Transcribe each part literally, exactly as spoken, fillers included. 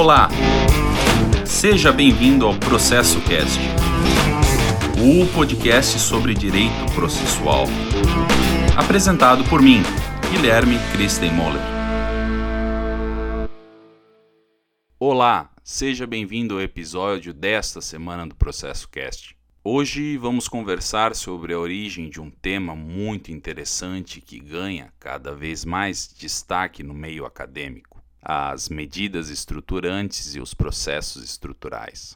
Olá, seja bem-vindo ao Processo Cast, o podcast sobre direito processual, apresentado por mim, Guilherme Christenmoller. Olá, seja bem-vindo ao episódio desta semana do Processo Cast. Hoje vamos conversar sobre a origem de um tema muito interessante que ganha cada vez mais destaque no meio acadêmico: as medidas estruturantes e os processos estruturais.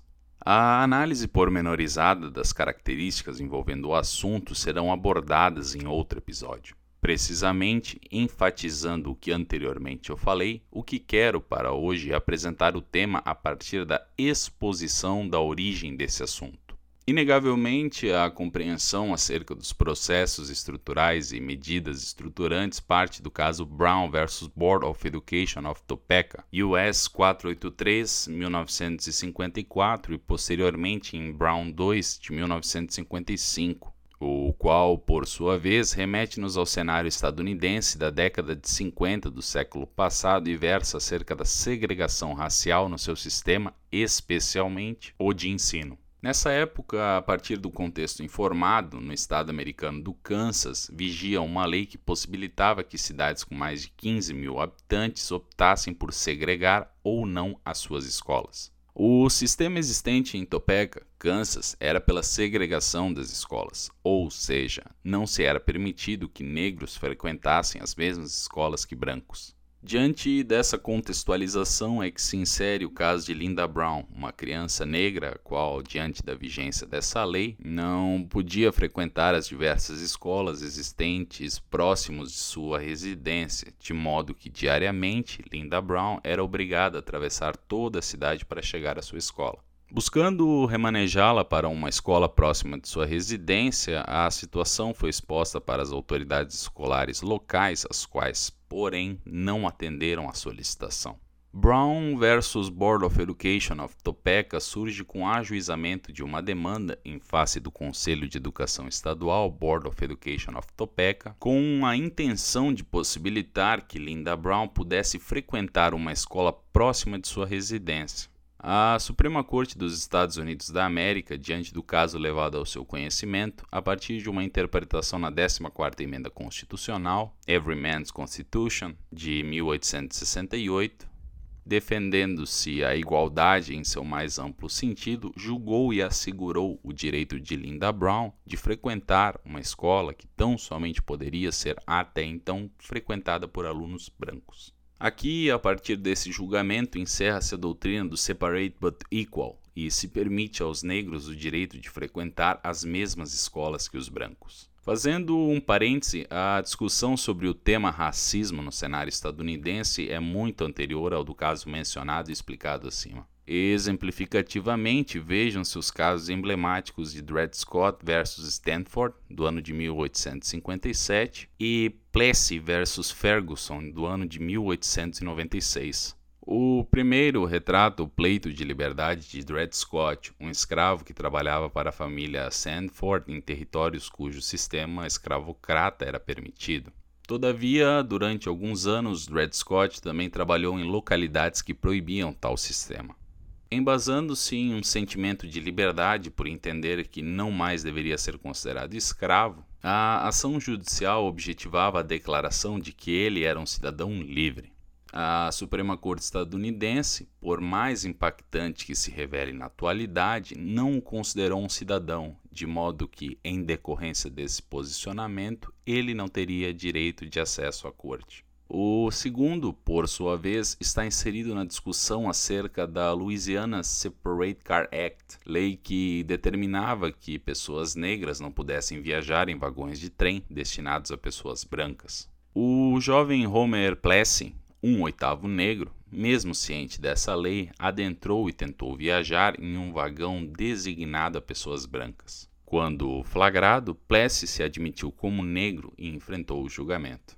A análise pormenorizada das características envolvendo o assunto serão abordadas em outro episódio. Precisamente, enfatizando o que anteriormente eu falei, o que quero para hoje é apresentar o tema a partir da exposição da origem desse assunto. Inegavelmente, a compreensão acerca dos processos estruturais e medidas estruturantes parte do caso Brown versus Board of Education of Topeka, U S quatrocentos e oitenta e três, mil novecentos e cinquenta e quatro, e posteriormente em Brown dois, de mil novecentos e cinquenta e cinco, o qual, por sua vez, remete-nos ao cenário estadunidense da década de cinquenta do século passado e versa acerca da segregação racial no seu sistema, especialmente o de ensino. Nessa época, a partir do contexto informado, no estado americano do Kansas, vigia uma lei que possibilitava que cidades com mais de quinze mil habitantes optassem por segregar ou não as suas escolas. O sistema existente em Topeka, Kansas, era pela segregação das escolas, ou seja, não se era permitido que negros frequentassem as mesmas escolas que brancos. Diante dessa contextualização é que se insere o caso de Linda Brown, uma criança negra, a qual, diante da vigência dessa lei, não podia frequentar as diversas escolas existentes próximos de sua residência, de modo que, diariamente, Linda Brown era obrigada a atravessar toda a cidade para chegar à sua escola. Buscando remanejá-la para uma escola próxima de sua residência, a situação foi exposta para as autoridades escolares locais, as quais, porém, não atenderam à solicitação. Brown versus Board of Education of Topeka surge com o ajuizamento de uma demanda em face do Conselho de Educação Estadual, Board of Education of Topeka, com a intenção de possibilitar que Linda Brown pudesse frequentar uma escola próxima de sua residência. A Suprema Corte dos Estados Unidos da América, diante do caso levado ao seu conhecimento, a partir de uma interpretação na décima quarta Emenda Constitucional, Everyman's Constitution, de mil oitocentos e sessenta e oito, defendendo-se a igualdade em seu mais amplo sentido, julgou e assegurou o direito de Linda Brown de frequentar uma escola que tão somente poderia ser até então frequentada por alunos brancos. Aqui, a partir desse julgamento, encerra-se a doutrina do separate but equal e se permite aos negros o direito de frequentar as mesmas escolas que os brancos. Fazendo um parêntese, a discussão sobre o tema racismo no cenário estadunidense é muito anterior ao do caso mencionado e explicado acima. Exemplificativamente, vejam-se os casos emblemáticos de Dred Scott versus Stanford, do ano de mil oitocentos e cinquenta e sete, e Plessy versus Ferguson, do ano de mil oitocentos e noventa e seis. O primeiro retrata o pleito de liberdade de Dred Scott, um escravo que trabalhava para a família Sanford em territórios cujo sistema escravocrata era permitido. Todavia, durante alguns anos, Dred Scott também trabalhou em localidades que proibiam tal sistema. Embasando-se em um sentimento de liberdade por entender que não mais deveria ser considerado escravo, a ação judicial objetivava a declaração de que ele era um cidadão livre. A Suprema Corte estadunidense, por mais impactante que se revele na atualidade, não o considerou um cidadão, de modo que, em decorrência desse posicionamento, ele não teria direito de acesso à corte. O segundo, por sua vez, está inserido na discussão acerca da Louisiana Separate Car Act, lei que determinava que pessoas negras não pudessem viajar em vagões de trem destinados a pessoas brancas. O jovem Homer Plessy, um oitavo negro, mesmo ciente dessa lei, adentrou e tentou viajar em um vagão designado a pessoas brancas. Quando flagrado, Plessy se admitiu como negro e enfrentou o julgamento.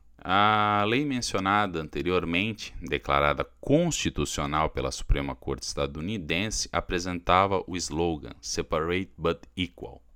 A lei mencionada anteriormente, declarada constitucional pela Suprema Corte estadunidense, apresentava o slogan Separate but Equal,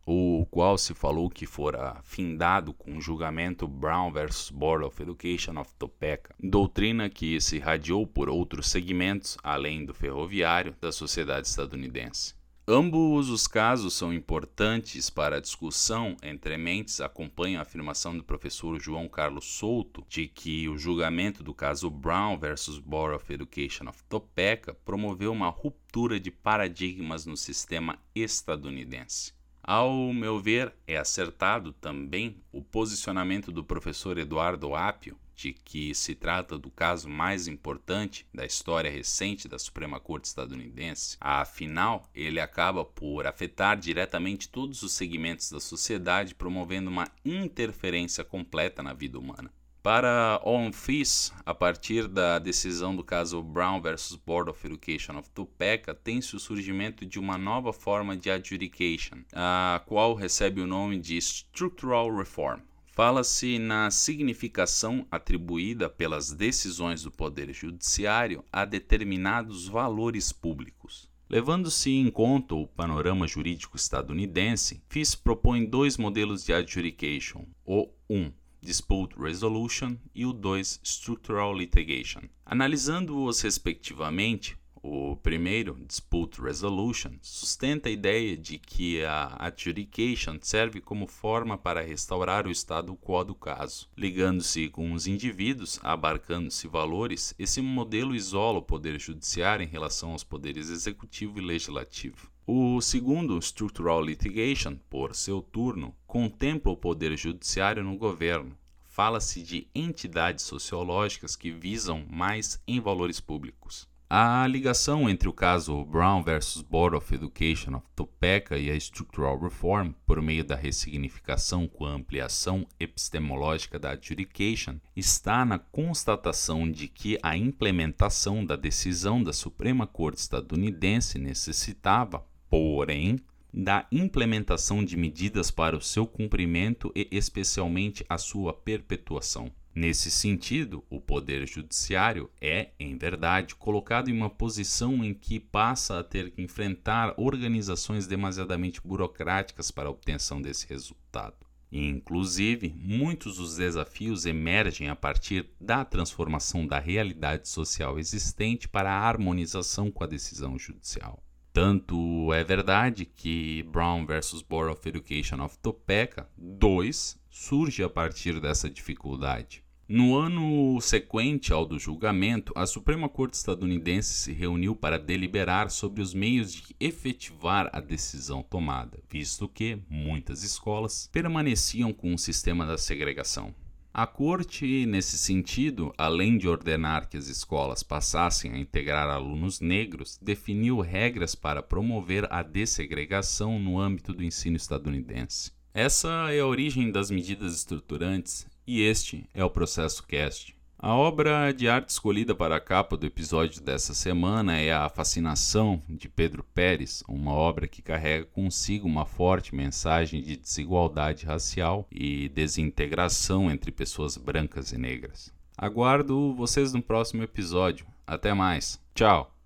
o qual se falou que fora findado com o julgamento Brown versus Board of Education of Topeka, doutrina que se irradiou por outros segmentos, além do ferroviário, da sociedade estadunidense. Ambos os casos são importantes para a discussão entre mentes. Acompanham a afirmação do professor João Carlos Souto de que o julgamento do caso Brown versus Board of Education of Topeka promoveu uma ruptura de paradigmas no sistema estadunidense. Ao meu ver, é acertado também o posicionamento do professor Eduardo Apio de que se trata do caso mais importante da história recente da Suprema Corte estadunidense. Afinal, ele acaba por afetar diretamente todos os segmentos da sociedade, promovendo uma interferência completa na vida humana. Para ONFIS, a partir da decisão do caso Brown versus Board of Education of Topeka, tem-se o surgimento de uma nova forma de adjudication, a qual recebe o nome de Structural Reform. Fala-se na significação atribuída pelas decisões do Poder Judiciário a determinados valores públicos. Levando-se em conta o panorama jurídico estadunidense, Fish propõe dois modelos de adjudication, o um, Dispute Resolution, e o dois, Structural Litigation. Analisando-os respectivamente, o primeiro, Dispute Resolution, sustenta a ideia de que a adjudication serve como forma para restaurar o statu quo do caso. Ligando-se com os indivíduos, abarcando-se valores, esse modelo isola o poder judiciário em relação aos poderes executivo e legislativo. O segundo, Structural Litigation, por seu turno, contempla o poder judiciário no governo. Fala-se de entidades sociológicas que visam mais em valores públicos. A ligação entre o caso Brown versus Board of Education of Topeka e a Structural Reform, por meio da ressignificação com a ampliação epistemológica da adjudication, está na constatação de que a implementação da decisão da Suprema Corte estadunidense necessitava, porém, da implementação de medidas para o seu cumprimento e especialmente a sua perpetuação. Nesse sentido, o Poder Judiciário é, em verdade, colocado em uma posição em que passa a ter que enfrentar organizações demasiadamente burocráticas para a obtenção desse resultado. Inclusive, muitos dos desafios emergem a partir da transformação da realidade social existente para a harmonização com a decisão judicial. Tanto é verdade que Brown versus Board of Education of Topeka dois surge a partir dessa dificuldade. No ano sequente ao do julgamento, a Suprema Corte estadunidense se reuniu para deliberar sobre os meios de efetivar a decisão tomada, visto que muitas escolas permaneciam com o sistema da segregação. A Corte, nesse sentido, além de ordenar que as escolas passassem a integrar alunos negros, definiu regras para promover a dessegregação no âmbito do ensino estadunidense. Essa é a origem das medidas estruturantes e este é o Processo Cast. A obra de arte escolhida para a capa do episódio dessa semana é A Fascinação, de Pedro Pérez, uma obra que carrega consigo uma forte mensagem de desigualdade racial e desintegração entre pessoas brancas e negras. Aguardo vocês no próximo episódio. Até mais. Tchau!